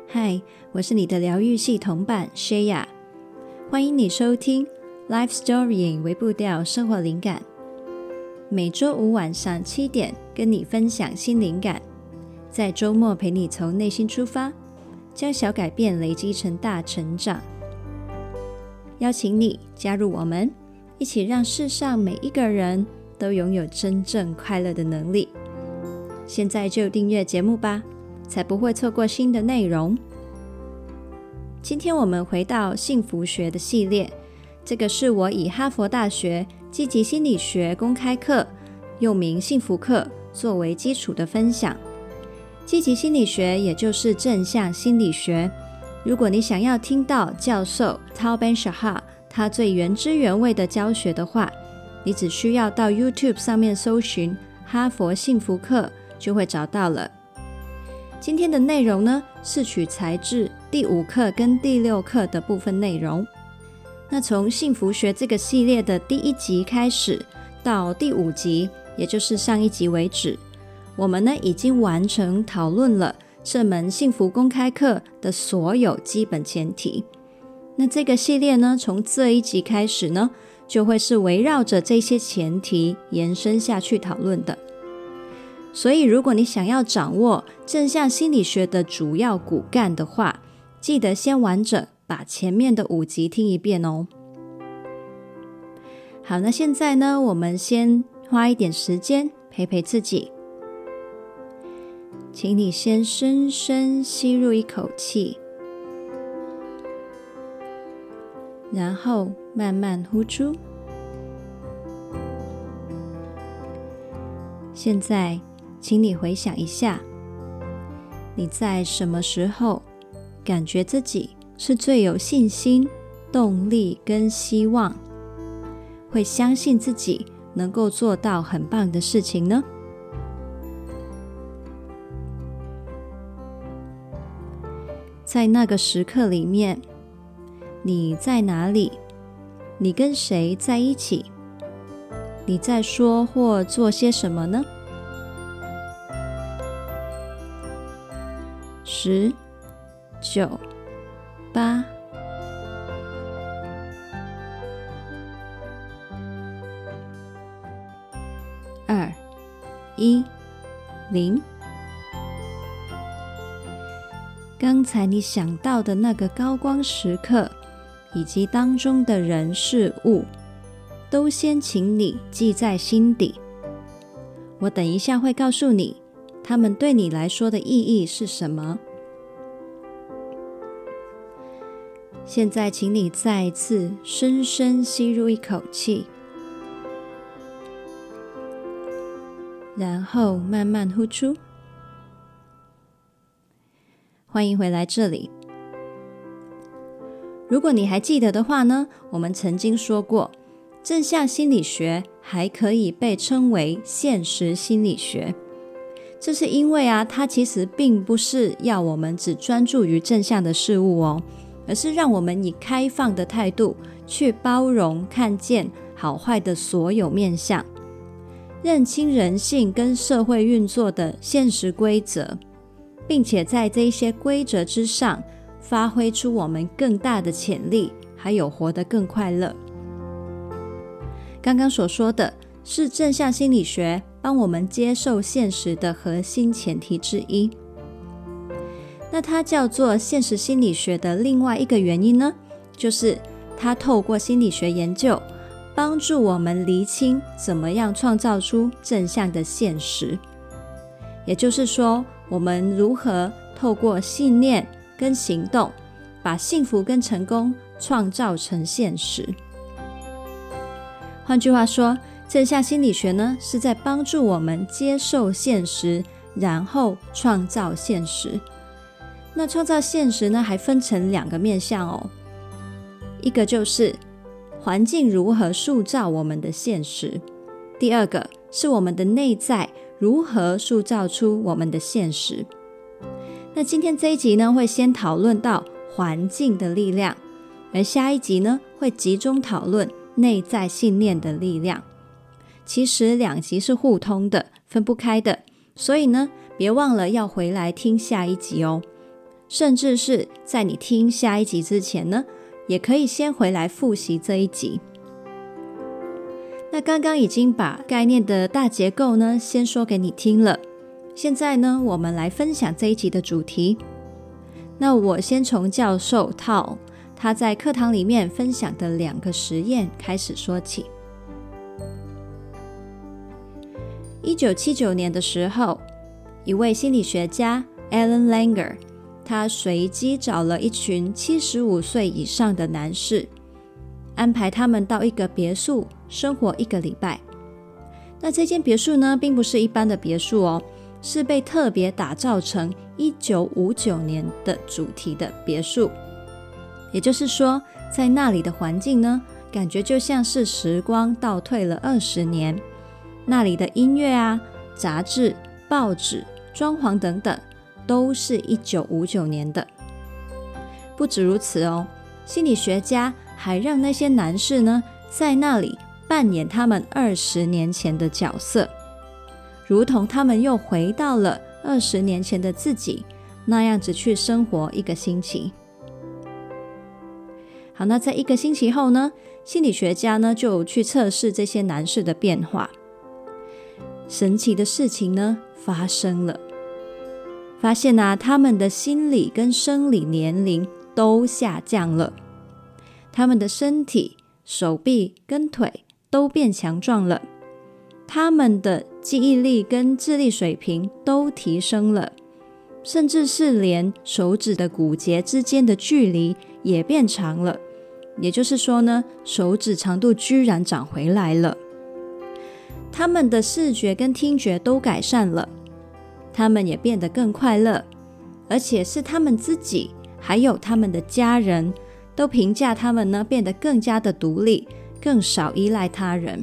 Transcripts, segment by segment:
嗨，我是你的疗愈系同伴 Shaya， 欢迎你收听 Life Story 微步调生活灵感，每周五晚上7点跟你分享新灵感，在周末陪你从内心出发，将小改变累积成大成长。邀请你加入我们，一起让世上每一个人都拥有真正快乐的能力。现在就订阅节目吧，才不会错过新的内容。今天我们回到幸福学的系列，这个是我以哈佛大学积极心理学公开课，又名幸福课，作为基础的分享。积极心理学也就是正向心理学，如果你想要听到教授 Tal Ben-Shahar 他最原汁原味的教学的话，你只需要到 YouTube 上面搜寻哈佛幸福课就会找到了。今天的内容呢，是取材自第5课跟第6课的部分内容。那从幸福学这个系列的第1集开始到第5集，也就是上一集为止，我们呢已经完成讨论了这门幸福公开课的所有基本前提。那这个系列呢，从这一集开始呢，就会是围绕着这些前提延伸下去讨论的。所以如果你想要掌握正向心理学的主要骨干的话，记得先完整把前面的5集听一遍哦。好，那现在呢，我们先花一点时间陪陪自己。请你先深深吸入一口气，然后慢慢呼出。现在请你回想一下，你在什么时候感觉自己是最有信心、动力跟希望，会相信自己能够做到很棒的事情呢？在那个时刻里面，你在哪里？你跟谁在一起？你在说或做些什么呢？10、9、8、2、1、0。刚才你想到的那个高光时刻，以及当中的人事物，都先请你记在心底。我等一下会告诉你，他们对你来说的意义是什么。现在请你再次深深吸入一口气，然后慢慢呼出。欢迎回来这里。如果你还记得的话呢，我们曾经说过，正向心理学还可以被称为现实心理学。这是因为它其实并不是要我们只专注于正向的事物哦，而是让我们以开放的态度去包容、看见好坏的所有面向，认清人性跟社会运作的现实规则，并且在这些规则之上发挥出我们更大的潜力，还有活得更快乐。刚刚所说的是正向心理学帮我们接受现实的核心前提之一。那它叫做现实心理学的另外一个原因呢，就是它透过心理学研究，帮助我们厘清怎么样创造出正向的现实。也就是说，我们如何透过信念跟行动，把幸福跟成功创造成现实。换句话说，正向心理学呢，是在帮助我们接受现实，然后创造现实。那创造现实呢，还分成2个面向哦。一个就是环境如何塑造我们的现实，第2个是我们的内在如何塑造出我们的现实。那今天这一集呢，会先讨论到环境的力量，而下一集呢，会集中讨论内在信念的力量。其实2集是互通的，分不开的，所以呢，别忘了要回来听下一集哦。 甚至是在你听下一集之前呢，也可以先回来复习这一集。那刚刚已经把概念的大结构呢先说给你听了，现在呢我们来分享这一集的主题。那我先从教授 Tal 他在课堂里面分享的2个实验开始说起。1979年的时候，一位心理学家 Alan Langer， 他随机找了一群75岁以上的男士，安排他们到一个别墅生活1个礼拜。那这间别墅呢，并不是一般的别墅哦，是被特别打造成1959年的主题的别墅。也就是说，在那里的环境呢，感觉就像是时光倒退了20年。那里的音乐啊、杂志、报纸、装潢等等，都是1959年的。不止如此哦，心理学家还让那些男士呢，在那里扮演他们20年前的角色，如同他们又回到了20年前的自己，那样子去生活1个星期。好，那在1个星期后呢，心理学家呢就去测试这些男士的变化。神奇的事情呢发生了，发现啊，他们的心理跟生理年龄都下降了，他们的身体、手臂跟腿都变强壮了，他们的记忆力跟智力水平都提升了，甚至是连手指的骨节之间的距离也变长了。也就是说呢，手指长度居然长回来了。他们的视觉跟听觉都改善了，他们也变得更快乐，而且是他们自己还有他们的家人都评价他们呢变得更加的独立，更少依赖他人。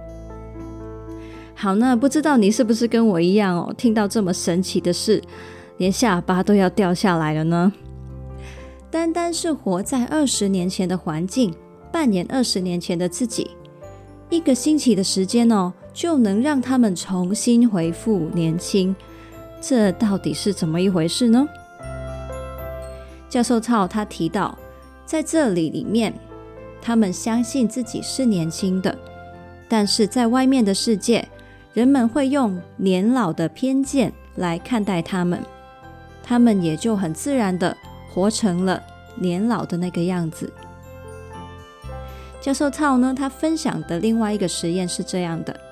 好，那不知道你是不是跟我一样哦，听到这么神奇的事，连下巴都要掉下来了呢？单单是活在20年前的环境，扮演20年前的自己，1个星期的时间哦，就能让他们重新恢复年轻，这到底是怎么一回事呢？教授Tal他提到，在这里面，他们相信自己是年轻的，但是在外面的世界，人们会用年老的偏见来看待他们，他们也就很自然的活成了年老的那个样子。教授Tal呢，他分享的另外一个实验是这样的。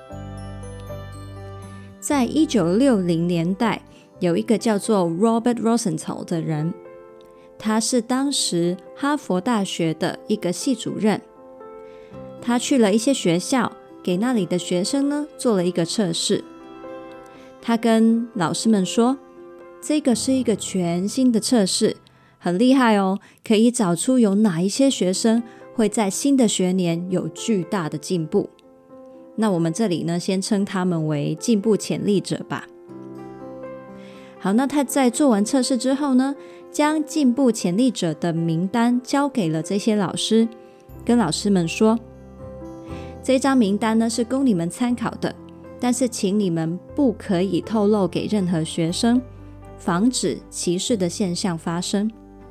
在1960年代，有一个叫做 Robert Rosenthal 的人，他是当时哈佛大学的一个系主任。他去了一些学校，给那里的学生呢做了一个测试。他跟老师们说，这个是一个全新的测试，很厉害哦，可以找出有哪一些学生会在新的学年有巨大的进步。那我们这里呢，先称他们为进步潜力者吧。好，那他在做完测试之后呢，将进步潜力者的名单交给了这些老师，跟老师们说，这张名单呢是供你们参考的，但是请你们不可以透露给任何学生，防止歧视的现象发生。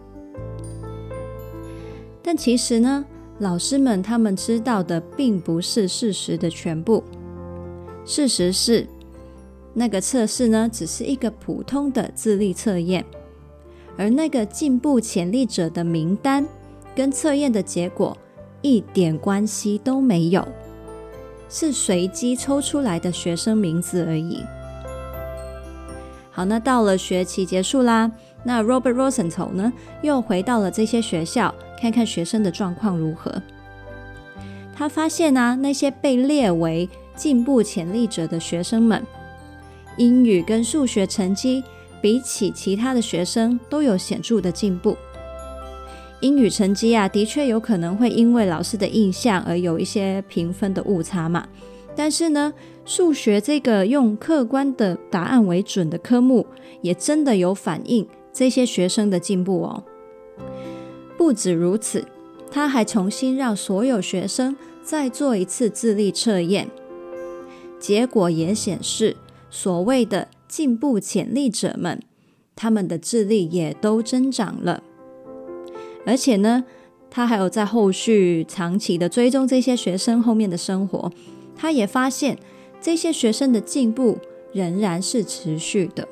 但其实呢，老师们他们知道的并不是事实的全部。事实是，那个测试呢，只是一个普通的智力测验，而那个进步潜力者的名单跟测验的结果一点关系都没有，是随机抽出来的学生名字而已。好，那到了学期结束啦，那 Robert Rosenthal 呢，又回到了这些学校，看看学生的状况如何。他发现啊，那些被列为进步潜力者的学生们，英语跟数学成绩比起其他的学生都有显著的进步。英语成绩啊，的确有可能会因为老师的印象而有一些评分的误差嘛，但是呢，数学这个用客观的答案为准的科目，也真的有反映这些学生的进步哦。不止如此，他还重新让所有学生再做一次智力测验，结果也显示，所谓的进步潜力者们， 他们的智力也都增长了。而且呢，他还有在后续长期的追踪这些学生后面的生活，他也发现这些学生的进步仍然是持续的。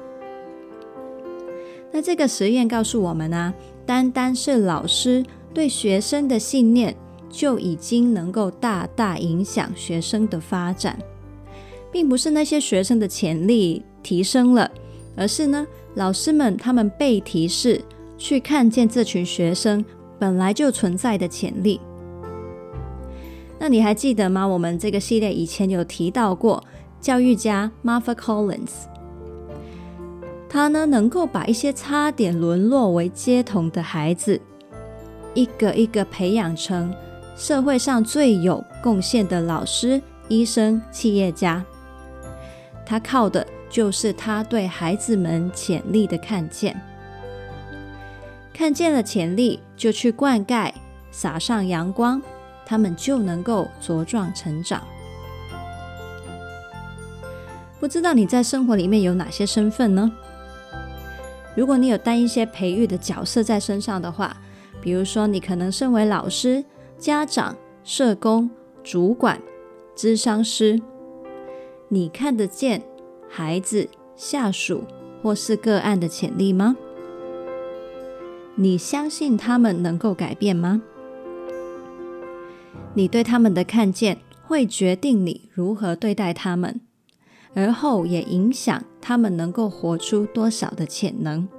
那这个实验告诉我们啊，单单是老师对学生的信念就已经能够大大影响学生的发展，并不是那些学生的潜力提升了，而是呢，老师们他们被提示去看见这群学生本来就存在的潜力。那你还记得吗？我们这个系列以前有提到过教育家 Martha Collins， 他呢能够把一些差点沦落为街童的孩子一个一个培养成社会上最有贡献的老师、医生、企业家。他靠的就是他对孩子们潜力的看见，看见了潜力就去灌溉，洒上阳光，他们就能够茁壮成长。不知道你在生活里面有哪些身份呢？如果你有担一些培育的角色在身上的话，比如说你可能身为老师、家长、社工、主管、咨商师，你看得见孩子、下属或是个案的潜力吗？你相信他们能够改变吗？你对他们的看见会决定你如何对待他们，而后也影响他们能够活出多少的潜能。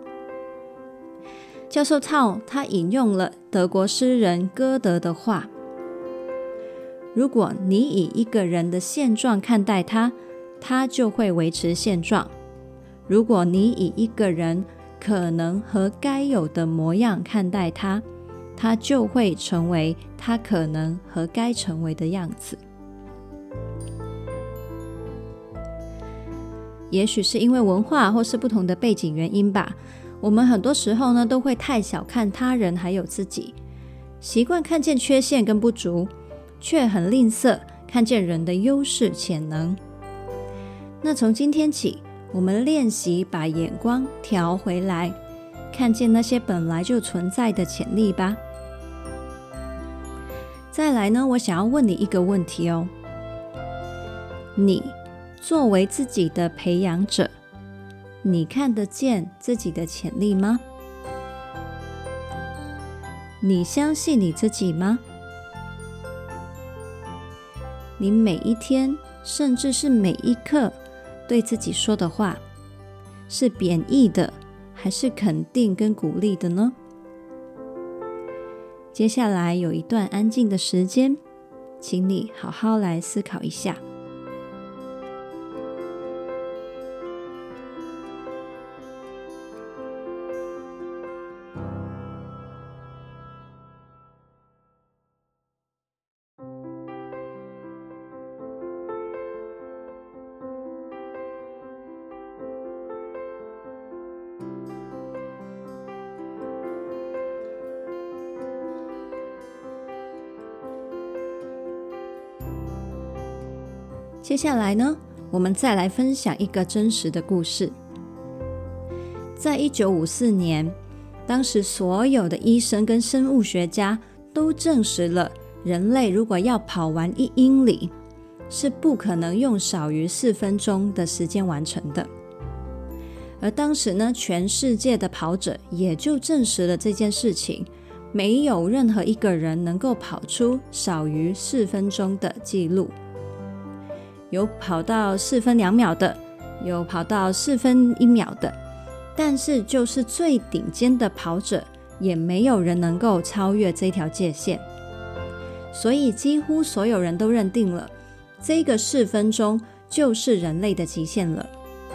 教授Tao他引用了德国诗人歌德的话：如果你以一个人的现状看待他，他就会维持现状；如果你以一个人可能和该有的模样看待他，他就会成为他可能和该成为的样子。也许是因为文化或是不同的背景原因吧，我们很多时候呢都会太小看他人还有自己，习惯看见缺陷跟不足，却很吝啬看见人的优势潜能。那从今天起，我们练习把眼光调回来，看见那些本来就存在的潜力吧。再来呢，我想要问你一个问题哦，你作为自己的培养者，你看得见自己的潜力吗？你相信你自己吗？你每一天，甚至是每一刻对自己说的话，是贬义的，还是肯定跟鼓励的呢？接下来有一段安静的时间，请你好好来思考一下。接下来呢，我们再来分享一个真实的故事。在1954年，当时所有的医生跟生物学家都证实了，人类如果要跑完1英里，是不可能用少于4分钟的时间完成的。而当时呢，全世界的跑者也就证实了这件事情，没有任何一个人能够跑出少于4分钟的记录。有跑到4分2秒的，有跑到4分1秒的，但是就是最顶尖的跑者，也没有人能够超越这条界限。所以几乎所有人都认定了，这个4分钟就是人类的极限了。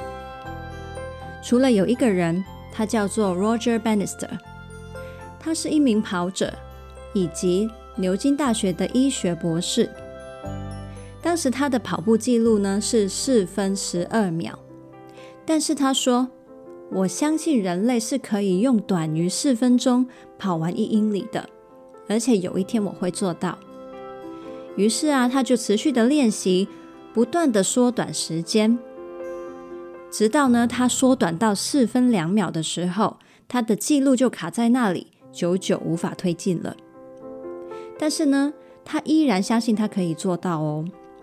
除了有一个人，他叫做 Roger Bannister， 他是一名跑者，以及牛津大学的医学博士。当时他的跑步记录呢是4分12秒，但是他说，我相信人类是可以用短于4分钟跑完1英里的，而且有一天我会做到。于是他就持续的练习，不断的缩短时间。 直到呢它缩短到4分2秒的时候，它的记录就卡在那里，久久无法推进了。但是呢，他依然相信他可以做到哦。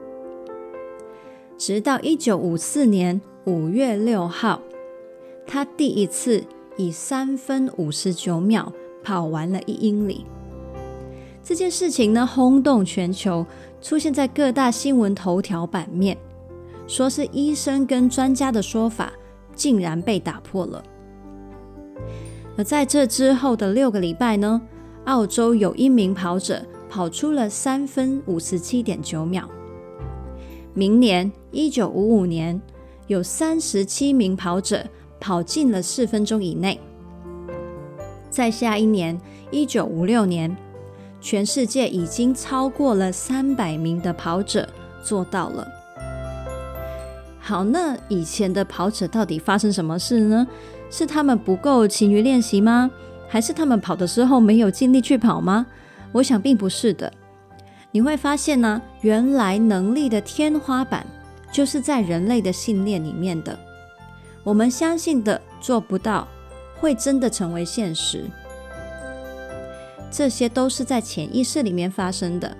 直到1954年5月6号，他第一次以3分59秒跑完了1英里。这件事情呢，轰动全球，出现在各大新闻头条版面，说是医生跟专家的说法竟然被打破了。而在这之后的6个礼拜呢，澳洲有1名跑者跑出了3分57.9秒。明年1955年，有37名跑者跑进了4分钟以内。在下一年1956年，全世界已经超过了300名的跑者做到了。好，那以前的跑者到底发生什么事呢？是他们不够勤于练习吗？还是他们跑的时候没有尽力去跑吗？我想并不是的。你会发现呢，原来能力的天花板就是在人类的信念里面的。我们相信的做不到，会真的成为现实。这些都是在潜意识里面发生的。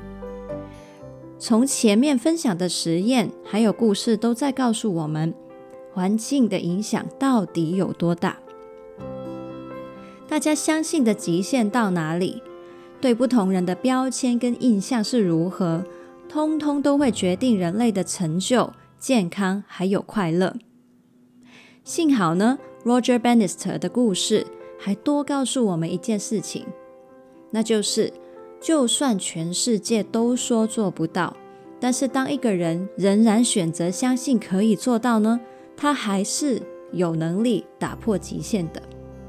从前面分享的实验还有故事都在告诉我们，环境的影响到底有多大。大家相信的极限到哪里，对不同人的标签跟印象是如何，通通都会决定人类的成就、健康还有快乐。幸好呢 Roger Bannister 的故事还多告诉我们一件事情，那就是就算全世界都说做不到，但是当一个人仍然选择相信可以做到呢，他还是有能力打破极限的。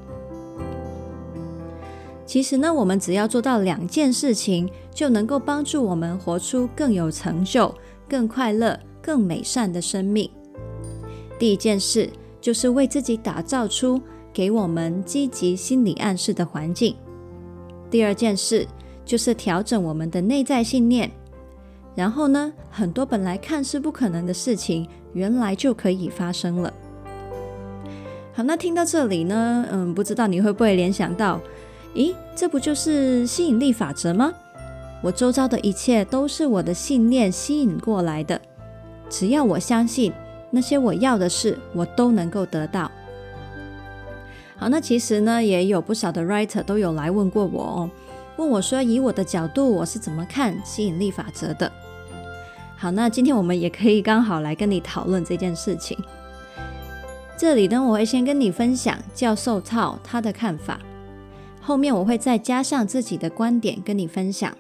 其实呢，我们只要做到2件事情，就能够帮助我们活出更有成就、更快乐、更美善的生命。第一件事就是为自己打造出给我们积极心理暗示的环境。第二件事就是调整我们的内在信念，然后呢，很多本来看似不可能的事情，原来就可以发生了。好，那听到这里呢，不知道你会不会联想到，这不就是吸引力法则吗？我周遭的一切都是我的信念吸引过来的，只要我相信，那些我要的事，我都能够得到。好，那其实呢，也有不少的 writer 都有来问过我哦，问我说以我的角度，我是怎么看吸引力法则的。好，那今天我们也可以刚好来跟你讨论这件事情。这里呢，我会先跟你分享教授Tal他的看法，后面我会再加上自己的观点跟你分享。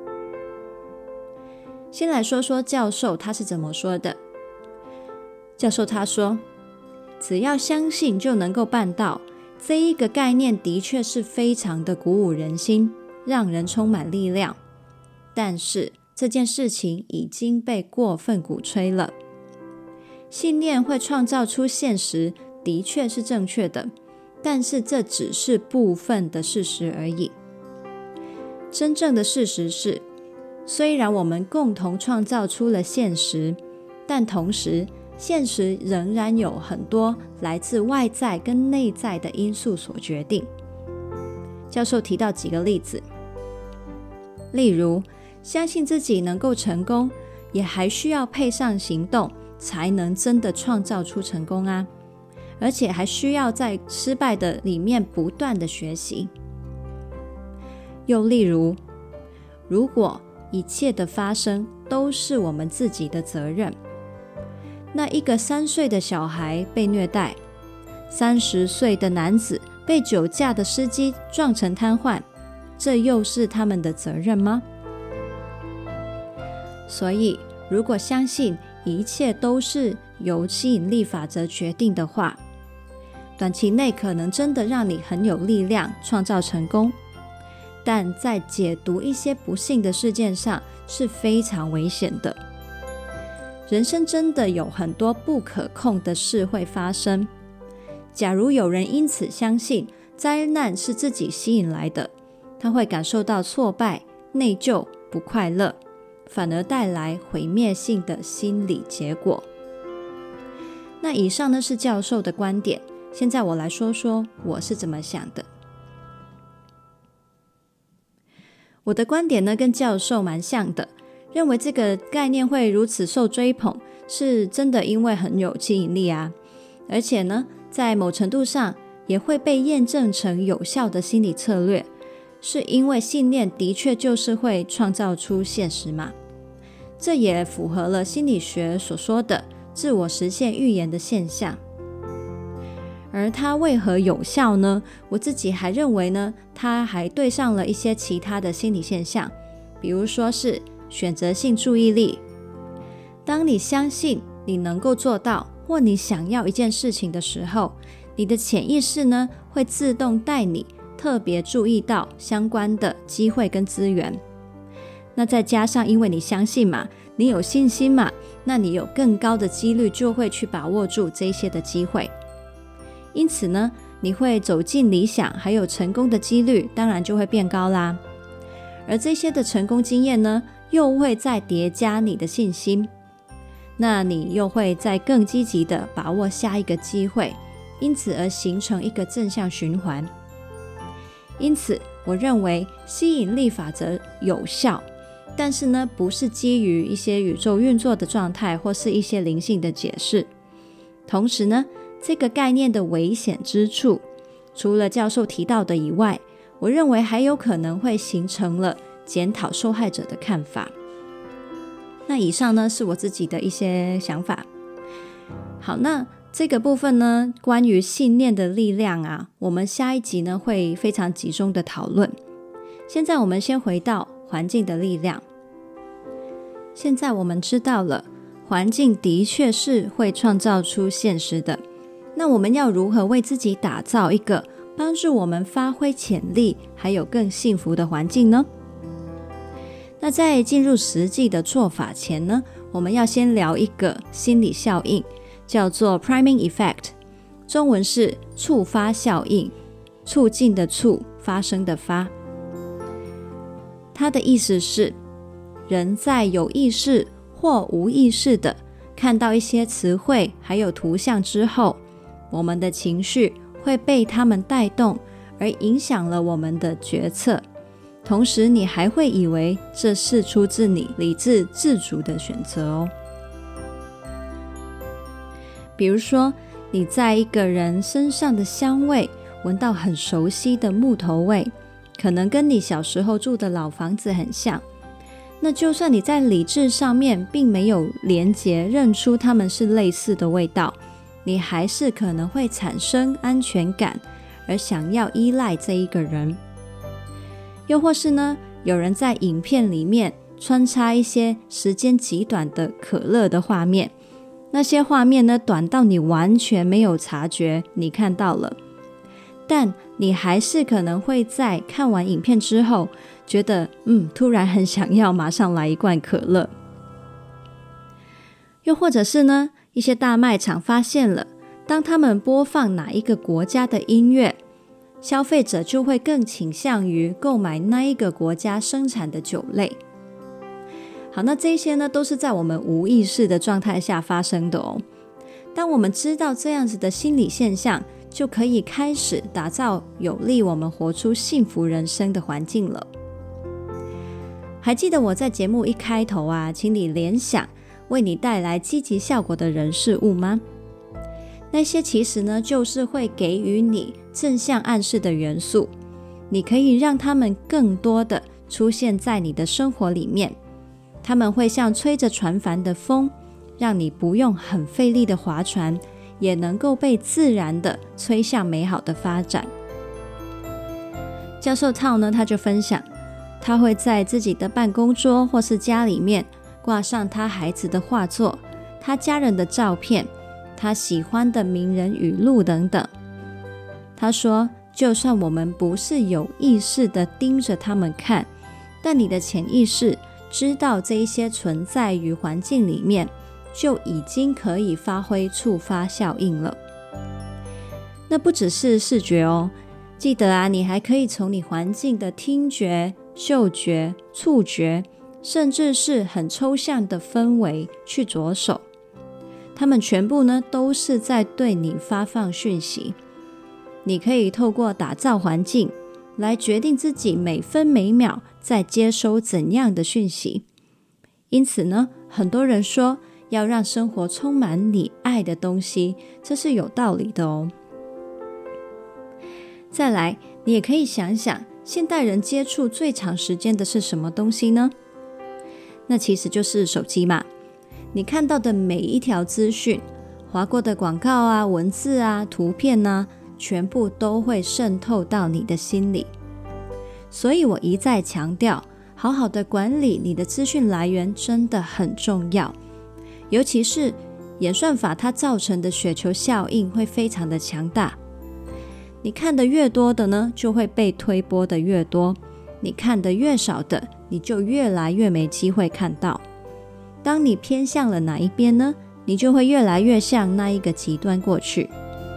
先来说说教授他是怎么说的。教授他说，只要相信就能够办到，这一个概念的确是非常的鼓舞人心，让人充满力量。但是这件事情已经被过分鼓吹了。信念会创造出现实，的确是正确的，但是这只是部分的事实而已。真正的事实是，虽然我们共同创造出了现实，但同时现实仍然有很多来自外在跟内在的因素所决定。教授提到几个例子，例如相信自己能够成功，也还需要配上行动，才能真的创造出成功啊，而且还需要在失败的里面不断的学习。又例如，如果一切的发生都是我们自己的责任，那一个3岁的小孩被虐待，30岁的男子被酒驾的司机撞成瘫痪，这又是他们的责任吗？所以如果相信一切都是由吸引力法则决定的话，短期内可能真的让你很有力量创造成功，但在解读一些不幸的事件上是非常危险的。人生真的有很多不可控的事会发生，假如有人因此相信灾难是自己吸引来的，他会感受到挫败、内疚、不快乐，反而带来毁灭性的心理结果。 那以上呢是教授的观点，现在我来说说我是怎么想的。我的观点呢跟教授蛮像的，认为这个概念会如此受追捧，是真的因为很有吸引力啊，而且呢在某程度上也会被验证成有效的心理策略，是因为信念的确就是会创造出现实嘛。这也符合了心理学所说的自我实现预言的现象。而它为何有效呢？我自己还认为呢，它还对上了一些其他的心理现象，比如说是选择性注意力。当你相信你能够做到，或你想要一件事情的时候，你的潜意识呢会自动带你特别注意到相关的机会跟资源。那再加上因为你相信嘛，你有信心嘛，那你有更高的几率就会去把握住这些的机会。因此呢，你会走进理想还有成功的几率当然就会变高啦。而这些的成功经验呢，又会再叠加你的信心，那你又会再更积极的把握下一个机会，因此而形成一个正向循环。因此我认为吸引力法则有效，但是呢，不是基于一些宇宙运作的状态或是一些灵性的解释。同时呢，这个概念的危险之处，除了教授提到的以外，我认为还有可能会形成了检讨受害者的看法。那以上呢是我自己的一些想法。好，那这个部分呢，关于信念的力量啊，我们下一集呢会非常集中的讨论。现在我们先回到环境的力量。现在我们知道了，环境的确是会创造出现实的。那我们要如何为自己打造一个帮助我们发挥潜力还有更幸福的环境呢？那在进入实际的做法前呢，我们要先聊一个心理效应，叫做 priming effect， 中文是触发效应，促进的促，发生的发。它的意思是，人在有意识或无意识的看到一些词汇还有图像之后，我们的情绪会被他们带动，而影响了我们的决策。同时你还会以为这是出自你理智自主的选择哦。比如说，你在一个人身上的香味闻到很熟悉的木头味，可能跟你小时候住的老房子很像。那就算你在理智上面并没有连结认出它们是类似的味道，你还是可能会产生安全感，而想要依赖这一个人。又或是呢，有人在影片里面穿插一些时间极短的可乐的画面，那些画面呢，短到你完全没有察觉你看到了，但你还是可能会在看完影片之后觉得突然很想要马上来一罐可乐。又或者是呢，一些大卖场发现了，当他们播放哪一个国家的音乐，消费者就会更倾向于购买那一个国家生产的酒类。好，那这些呢，都是在我们无意识的状态下发生的哦。当我们知道这样子的心理现象，就可以开始打造有利我们活出幸福人生的环境了。还记得我在节目一开头啊，请你联想为你带来积极效果的人事物吗？那些其实呢，就是会给予你正向暗示的元素，你可以让他们更多的出现在你的生活里面。他们会像吹着船帆的风，让你不用很费力的划船，也能够被自然的吹向美好的发展。教授Tao呢，他就分享，他会在自己的办公桌或是家里面挂上他孩子的画作，他家人的照片，他喜欢的名人语录等等。他说，就算我们不是有意识的盯着他们看，但你的潜意识知道这一些存在于环境里面，就已经可以发挥触发效应了。那不只是视觉哦，记得啊，你还可以从你环境的听觉、嗅觉、触觉，甚至是很抽象的氛围去着手。 他们全部呢都是在对你发放讯息。你可以透过打造环境来决定自己每分每秒在接收怎样的讯息。因此呢，很多人说要让生活充满你爱的东西，这是有道理的哦。再来，你也可以想想，现代人接触最长时间的是什么东西呢？那其实就是手机嘛。你看到的每一条资讯，划过的广告啊、文字啊、图片啊，全部都会渗透到你的心里。所以我一再强调，好好的管理你的资讯来源真的很重要，尤其是演算法它造成的雪球效应会非常的强大。你看的越多的呢，就会被推播的越多；你看的越少的，你就越来越没机会看到。当你偏向了哪一边呢，你就会越来越向那一个极端过去。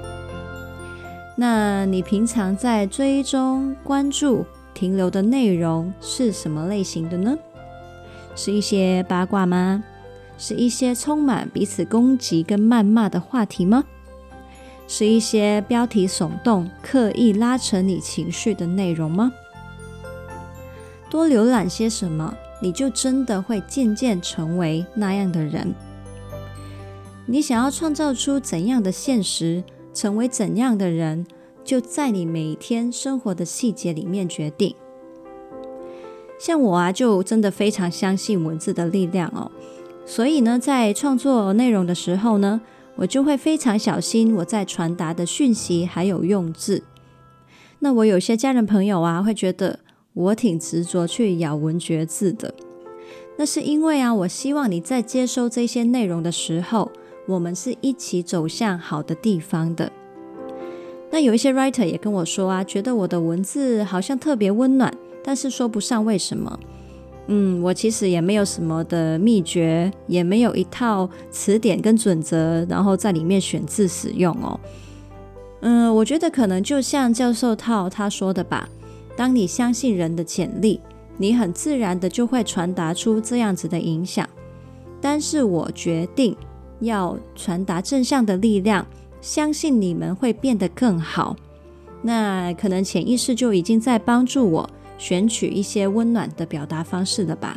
那你平常在追踪、关注、停留的内容是什么类型的呢？是一些八卦吗？是一些充满彼此攻击跟谩骂的话题吗？是一些标题耸动、刻意拉扯你情绪的内容吗？多浏览些什么，你就真的会渐渐成为那样的人。你想要创造出怎样的现实，成为怎样的人，就在你每天生活的细节里面决定。像我啊，就真的非常相信文字的力量哦。所以呢，在创作内容的时候呢，我就会非常小心我在传达的讯息还有用字。那我有些家人朋友啊，会觉得我挺执着去咬文嚼字的。那是因为啊，我希望你在接收这些内容的时候，我们是一起走向好的地方的。那有一些 writer 也跟我说啊，觉得我的文字好像特别温暖，但是说不上为什么。我其实也没有什么的秘诀，也没有一套词典跟准则，然后在里面选字使用哦。我觉得可能就像教授套他说的吧，当你相信人的潜力，你很自然的就会传达出这样子的影响。但是我决定要传达正向的力量，相信你们会变得更好。那可能潜意识就已经在帮助我选取一些温暖的表达方式了吧。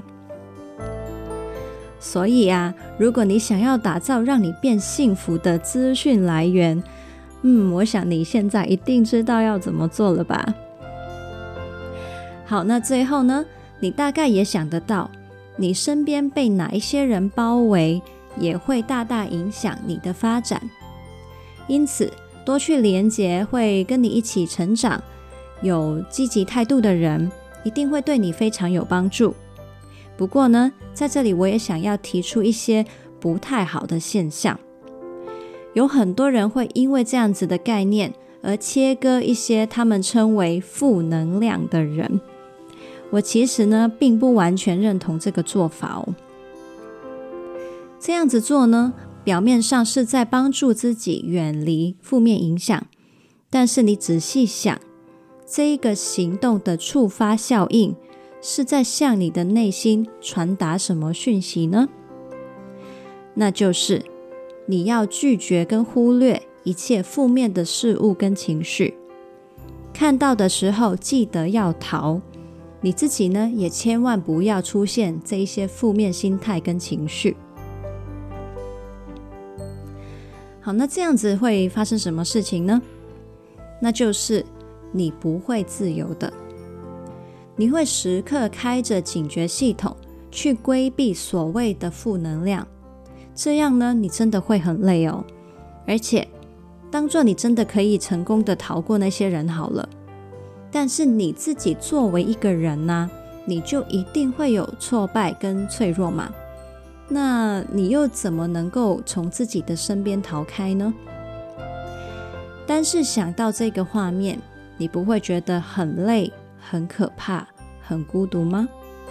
所以啊，如果你想要打造让你变幸福的资讯来源，我想你现在一定知道要怎么做了吧。好，那最后呢，你大概也想得到，你身边被哪一些人包围，也会大大影响你的发展。因此，多去连结会跟你一起成长有积极态度的人，一定会对你非常有帮助。不过呢，在这里我也想要提出一些不太好的现象。有很多人会因为这样子的概念而切割一些他们称为负能量的人。我其实呢，并不完全认同这个做法哦。这样子做呢，表面上是在帮助自己远离负面影响，但是你仔细想，这一个行动的触发效应是在向你的内心传达什么讯息呢？那就是你要拒绝跟忽略一切负面的事物跟情绪，看到的时候记得要逃，你自己呢也千万不要出现这一些负面心态跟情绪。好，那这样子会发生什么事情呢？那就是你不会自由的，你会时刻开着警觉系统去规避所谓的负能量，这样呢，你真的会很累哦。而且，当作你真的可以成功的逃过那些人好了，但是你自己作为一个人呢，你就一定会有挫败跟脆弱嘛。那你又怎么能够从自己的身边逃开呢？但是想到这个画面，你不会觉得很累、很可怕、很孤独吗？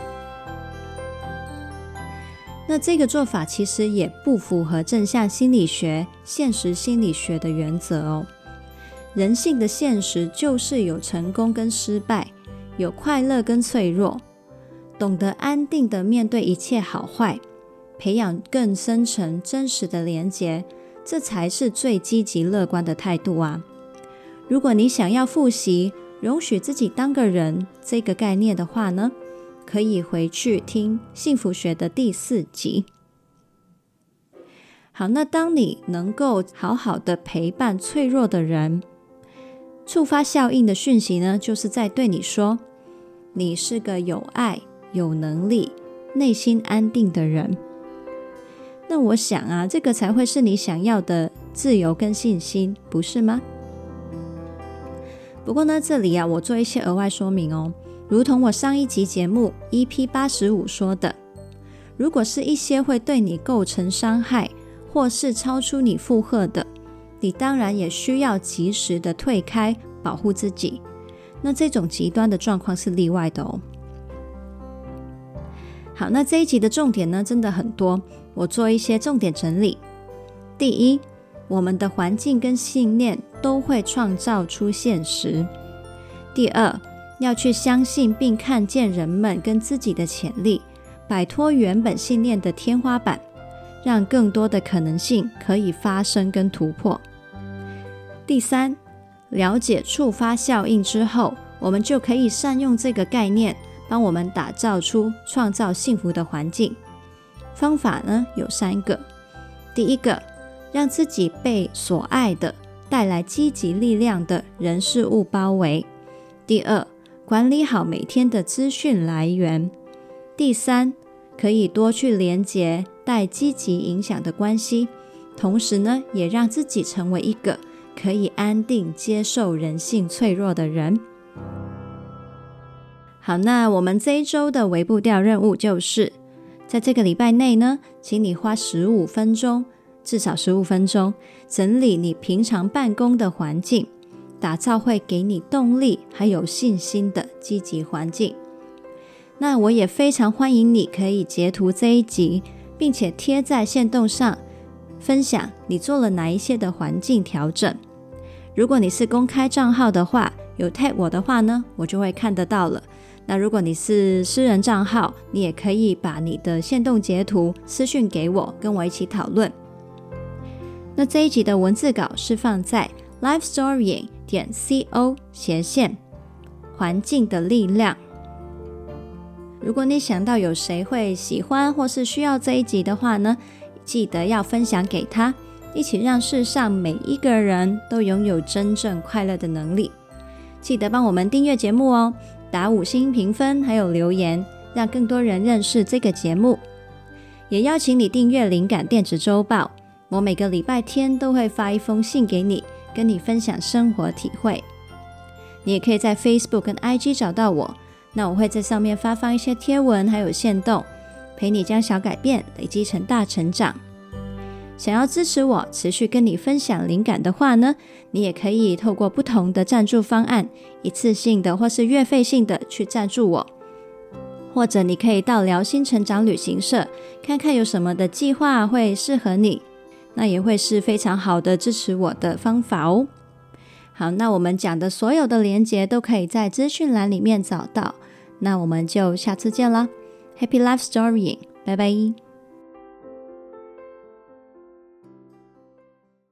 那这个做法其实也不符合正向心理学、现实心理学的原则哦。人性的现实就是有成功跟失败，有快乐跟脆弱，懂得安定的面对一切好坏， 培养更深层真实的连结，这才是最积极乐观的态度啊。如果你想要复习容许自己当个人这个概念的话呢，可以回去听幸福学的第4集。好，那当你能够好好的陪伴脆弱的人，触发效应的讯息呢，就是在对你说，你是个有爱、有能力、内心安定的人。那我想啊，这个才会是你想要的自由跟信心，不是吗？不过呢，这里啊，我做一些额外说明哦。如同我上一集节目 EP85 说的，如果是一些会对你构成伤害，或是超出你负荷的，你当然也需要及时的退开，保护自己。那这种极端的状况是例外的哦。好，那这一集的重点呢，真的很多，我做一些重点整理。第一，我们的环境跟信念都会创造出现实。第二，要去相信并看见人们跟自己的潜力，摆脱原本信念的天花板，让更多的可能性可以发生跟突破。第三，了解触发效应之后，我们就可以善用这个概念，帮我们打造出创造幸福的环境。方法呢有3个。第一个，让自己被所爱的、带来积极力量的人事物包围。第二，管理好每天的资讯来源。第三，可以多去连结带积极影响的关系，同时呢，也让自己成为一个可以安定接受人性脆弱的人。好，那我们这一周的微步调任务就是，在这个礼拜内呢，请你花15分钟，至少15分钟，整理你平常办公的环境，打造会给你动力还有信心的积极环境。那我也非常欢迎你可以截图这一集，并且贴在限动上，分享你做了哪一些的环境调整。如果你是公开账号的话，有 tag 我的话呢，我就会看得到了。那如果你是私人账号，你也可以把你的限动截图私讯给我，跟我一起讨论。那这一集的文字稿是放在 lifestorying.co/ 环境的力量。如果你想到有谁会喜欢或是需要这一集的话呢，记得要分享给他，一起让世上每一个人都拥有真正快乐的能力。记得帮我们订阅节目哦，打5星评分还有留言，让更多人认识这个节目。也邀请你订阅灵感电子周报，我每个礼拜天都会发一封信给你，跟你分享生活体会。你也可以在 Facebook 跟 IG 找到我，那我会在上面发放一些贴文还有限动，陪你将小改变累积成大成长。想要支持我持续跟你分享灵感的话呢，你也可以透过不同的赞助方案，一次性的或是月费性的去赞助我，或者你可以到聊心成长旅行社看看有什么的计划会适合你，那也会是非常好的支持我的方法哦。好，那我们讲的所有的连结都可以在资讯栏里面找到，那我们就下次见啦。Happy Life Storying， 拜拜。